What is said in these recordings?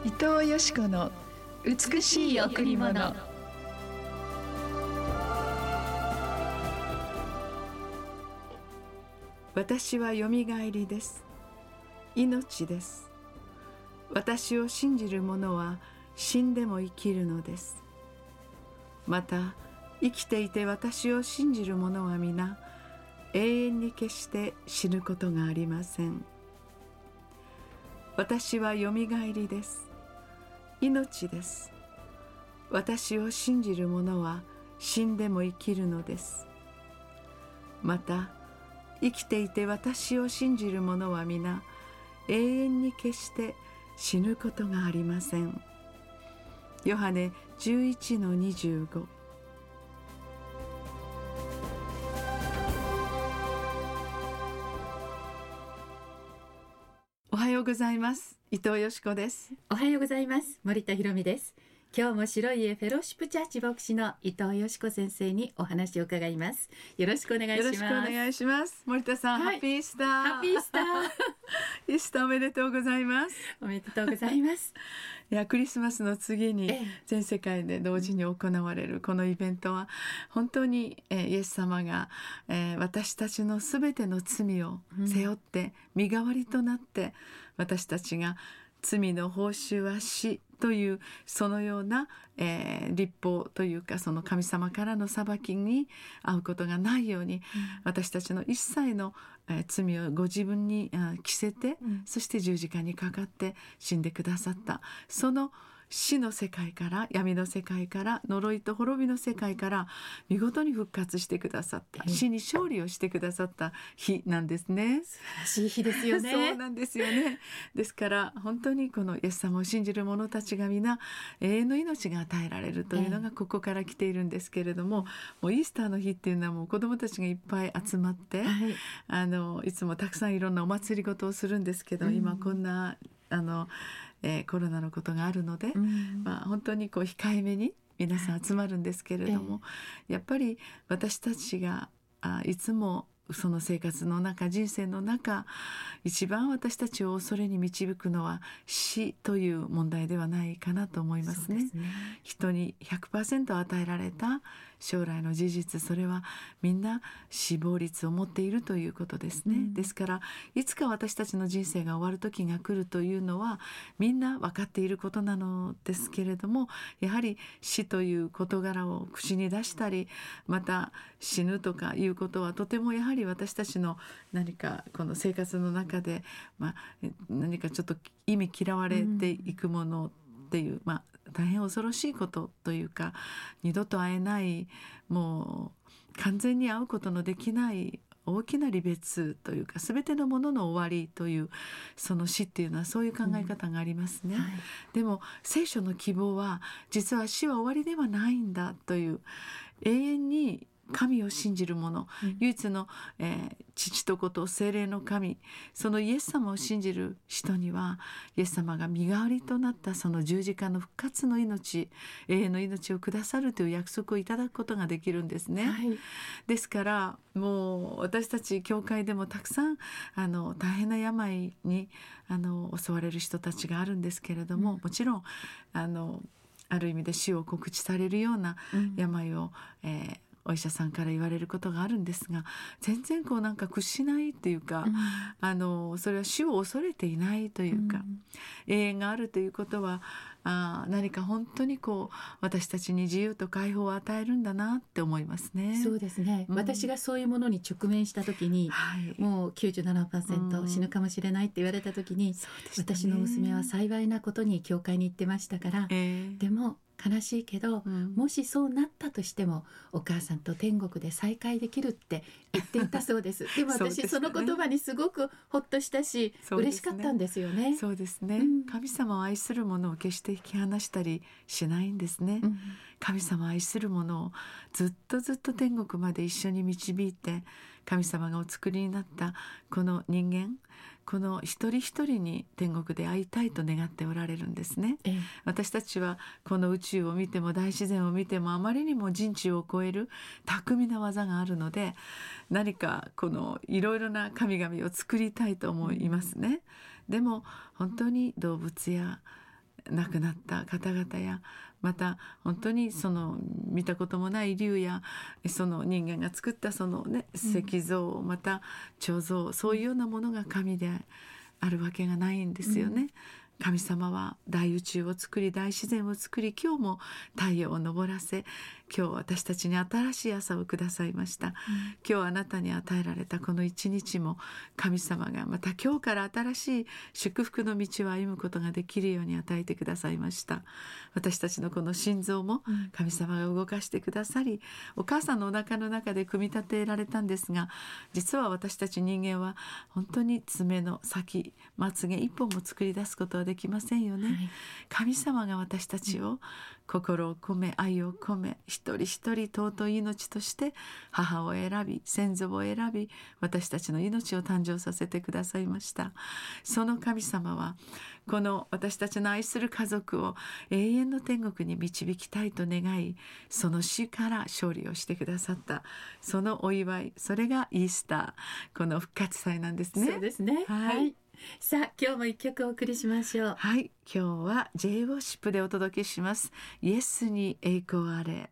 伊藤よし子の美しい贈り物。 私はよみがえりです。命です。私を信じる者は死んでも生きるのです。また生きていて私を信じる者は皆永遠に決して死ぬことがありません。私はよみがえりです。命です。私を信じる者は死んでも生きるのです。また生きていて私を信じる者は皆永遠に決して死ぬことがありません。ヨハネ 11-25。 おはようございます。伊藤よし子です。 おはようございます。森田博美です。今日も白い家フェローシップチャーチ牧師の伊藤よし子先生にお話を伺います。よろしくお願いします。 よろしくお願いします。森田さん、 はい、 ハッピーイースター。 ハッピーイースターイースターおめでとうございます。 おめでとうございます。 いや、クリスマスの次に全世界で同時に行われるこのイベントは本当にイエス様が私たちのすべての罪を背負って身代わりとなって私たちが罪の報酬は死というそのような、律法というかその神様からの裁きに遭うことがないように、私たちの一切の、罪をご自分に着せて、そして十字架にかかって死んでくださったその死の世界から闇の世界から呪いと滅びの世界から見事に復活してくださった、死に勝利をしてくださった日なんですね。 素晴らしい日ですよね。 そうなんですよね。ですから本当にこのイエス様を信じる者たちが皆永遠の命が与えられるというのがここから来ているんですけれども、もうイースターの日っていうのはもう子どもたちがいっぱい集まって、いつもたくさんいろんなお祭り事をするんですけど、今こんなコロナのことがあるので、本当にこう控えめに皆さん集まるんですけれども、やっぱり私たちがいつもその生活の中人生の中一番私たちを恐れに導くのは死という問題ではないかなと思いますね。人に 100% 与えられた将来の事実、それはみんな死亡率を持っているということですね。ですからいつか私たちの人生が終わる時が来るというのはみんな分かっていることなのですけれども、やはり死という事柄を口に出したり、また死ぬとかいうことはとてもやはり私たちの何かこの生活の中で、何かちょっと意味嫌われていくものっていう、大変恐ろしいことというか、二度と会えない、もう完全に会うことのできない大きな離別というか、全てのものの終わりというその死っていうのはそういう考え方がありますね。でも聖書の希望は実は死は終わりではないんだという、永遠に神を信じる者、唯一の、父と子と聖霊の神、そのイエス様を信じる人にはイエス様が身代わりとなったその十字架の復活の命、永遠の命をくださるという約束をいただくことができるんですね。ですからもう私たち教会でもたくさん大変な病に襲われる人たちがあるんですけれども、もちろんある意味で死を告知されるような病を、お医者さんから言われることがあるんですが、全然こうなんか屈しないっていうか、それは死を恐れていないというか、永遠があるということは何か本当にこう私たちに自由と解放を与えるんだなって思いますね。 そうですね、私がそういうものに直面した時に、もう 97% 死ぬかもしれないって言われた時に、私の娘は幸いなことに教会に行ってましたから、でも悲しいけど、もしそうなったとしてもお母さんと天国で再会できるって言っていたそうです。でも私その言葉にすごくほっとしたし、嬉しかったんですよね。 そうですね、神様を愛する者を決して引き離したりしないんですね。神様を愛する者をずっとずっと天国まで一緒に導いて、神様がお作りになったこの人間、この一人一人に天国で会いたいと願っておられるんですね。私たちはこの宇宙を見ても大自然を見てもあまりにも人知を超える巧みな技があるので、何かこのいろいろな神々を作りたいと思いますね。でも本当に動物や亡くなった方々や、また本当にその見たこともない竜やその人間が作ったそのね石像、また彫像、そういうようなものが神であるわけがないんですよね。神様は大宇宙を作り、大自然を作り、今日も太陽を昇らせ、今日私たちに新しい朝をくださいました。今日あなたに与えられたこの一日も、神様がまた今日から新しい祝福の道を歩むことができるように与えてくださいました。私たちのこの心臓も神様が動かしてくださり、お母さんのお腹の中で組み立てられたんですが、実は私たち人間は本当に爪の先、まつげ一本も作り出すことはできませんよね。神様が私たちを心を込め、愛を込め、一人一人尊い命として母を選び、先祖を選び、私たちの命を誕生させてくださいました。その神様はこの私たちの愛する家族を永遠の天国に導きたいと願い、その死から勝利をしてくださった、そのお祝い、それがイースター、この復活祭なんですね。 そうですね。はい。さあ今日も一曲お送りしましょう。 はい、今日は J ウォーシップでお届けします。イエスに栄光あれ。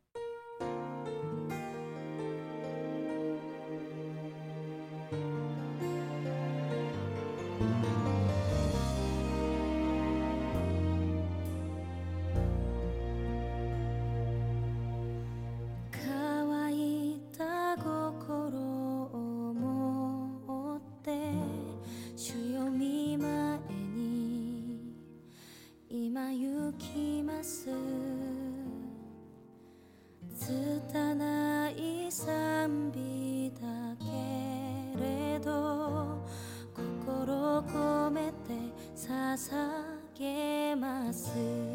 拙い賛美だけれど心込めて捧げます。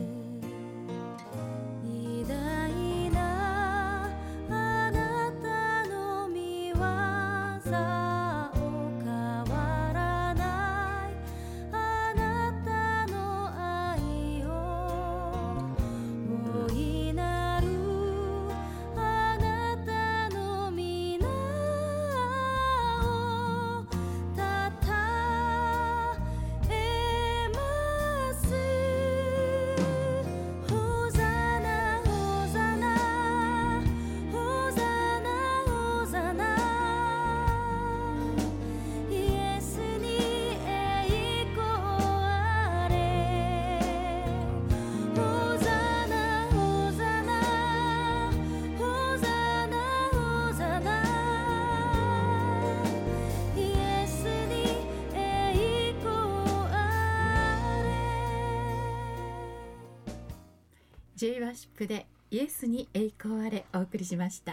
偉大なあなたの御業を変わらないあなたの愛を大いなるあなたの皆をたたえます。ホザナホザナホザナホザナイエスに栄光あれ。ホザナホザナホザナホザナイエスに栄光あれ。 J ワーシップでイエスに栄光あれお送りしました。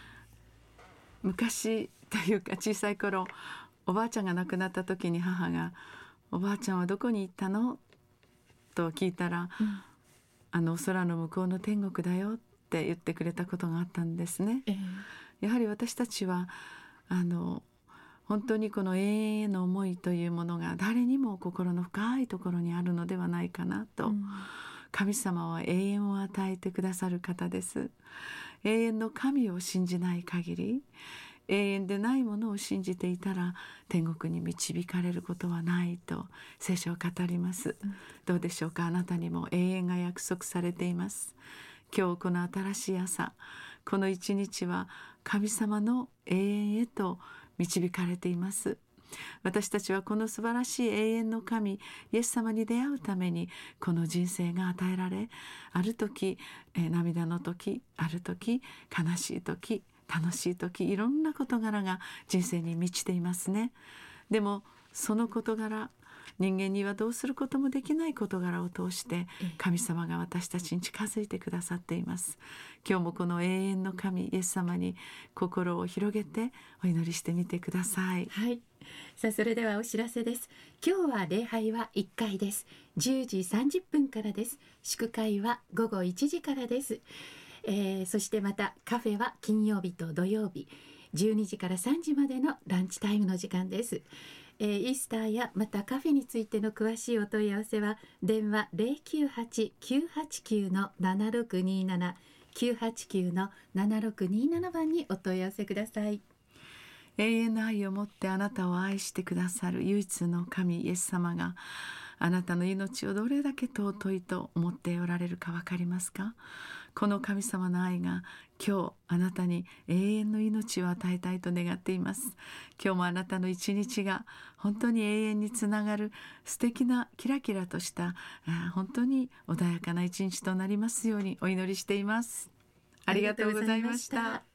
昔というか小さい頃、おばあちゃんが亡くなった時に母がおばあちゃんはどこに行ったのと聞いたら、あの空の向こうの天国だよって言ってくれたことがあったんですね。やはり私たちは本当にこの永遠への思いというものが誰にも心の深いところにあるのではないかなと、神様は永遠を与えてくださる方です。永遠の神を信じない限り、永遠でないものを信じていたら天国に導かれることはないと聖書を語ります。どうでしょうか。あなたにも永遠が約束されています。今日この新しい朝、この一日は神様の永遠へと導かれています。私たちはこの素晴らしい永遠の神イエス様に出会うためにこの人生が与えられ、ある時、涙の時、ある時悲しい時、楽しい時、いろんな事柄が人生に満ちていますね。でもその事柄、人間にはどうすることもできない事柄を通して神様が私たちに近づいてくださっています。今日もこの永遠の神イエス様に心を広げてお祈りしてみてください。 はい。さあそれではお知らせです。今日は礼拝は1回です。10時30分からです。祝会は午後1時からです。そしてまたカフェは金曜日と土曜日12時から3時までのランチタイムの時間です。イースターやまたカフェについての詳しいお問い合わせは電話 098-989-7627 989-7627 番にお問い合わせください。 永遠の愛を持ってあなたを愛してくださる唯一の神イエス様があなたの命をどれだけ尊いと思っておられるか分かりますか？この神様の愛が今日あなたに永遠の命を与えたいと願っています。今日もあなたの一日が本当に永遠につながる素敵なキラキラとした本当に穏やかな一日となりますようにお祈りしています。ありがとうございました。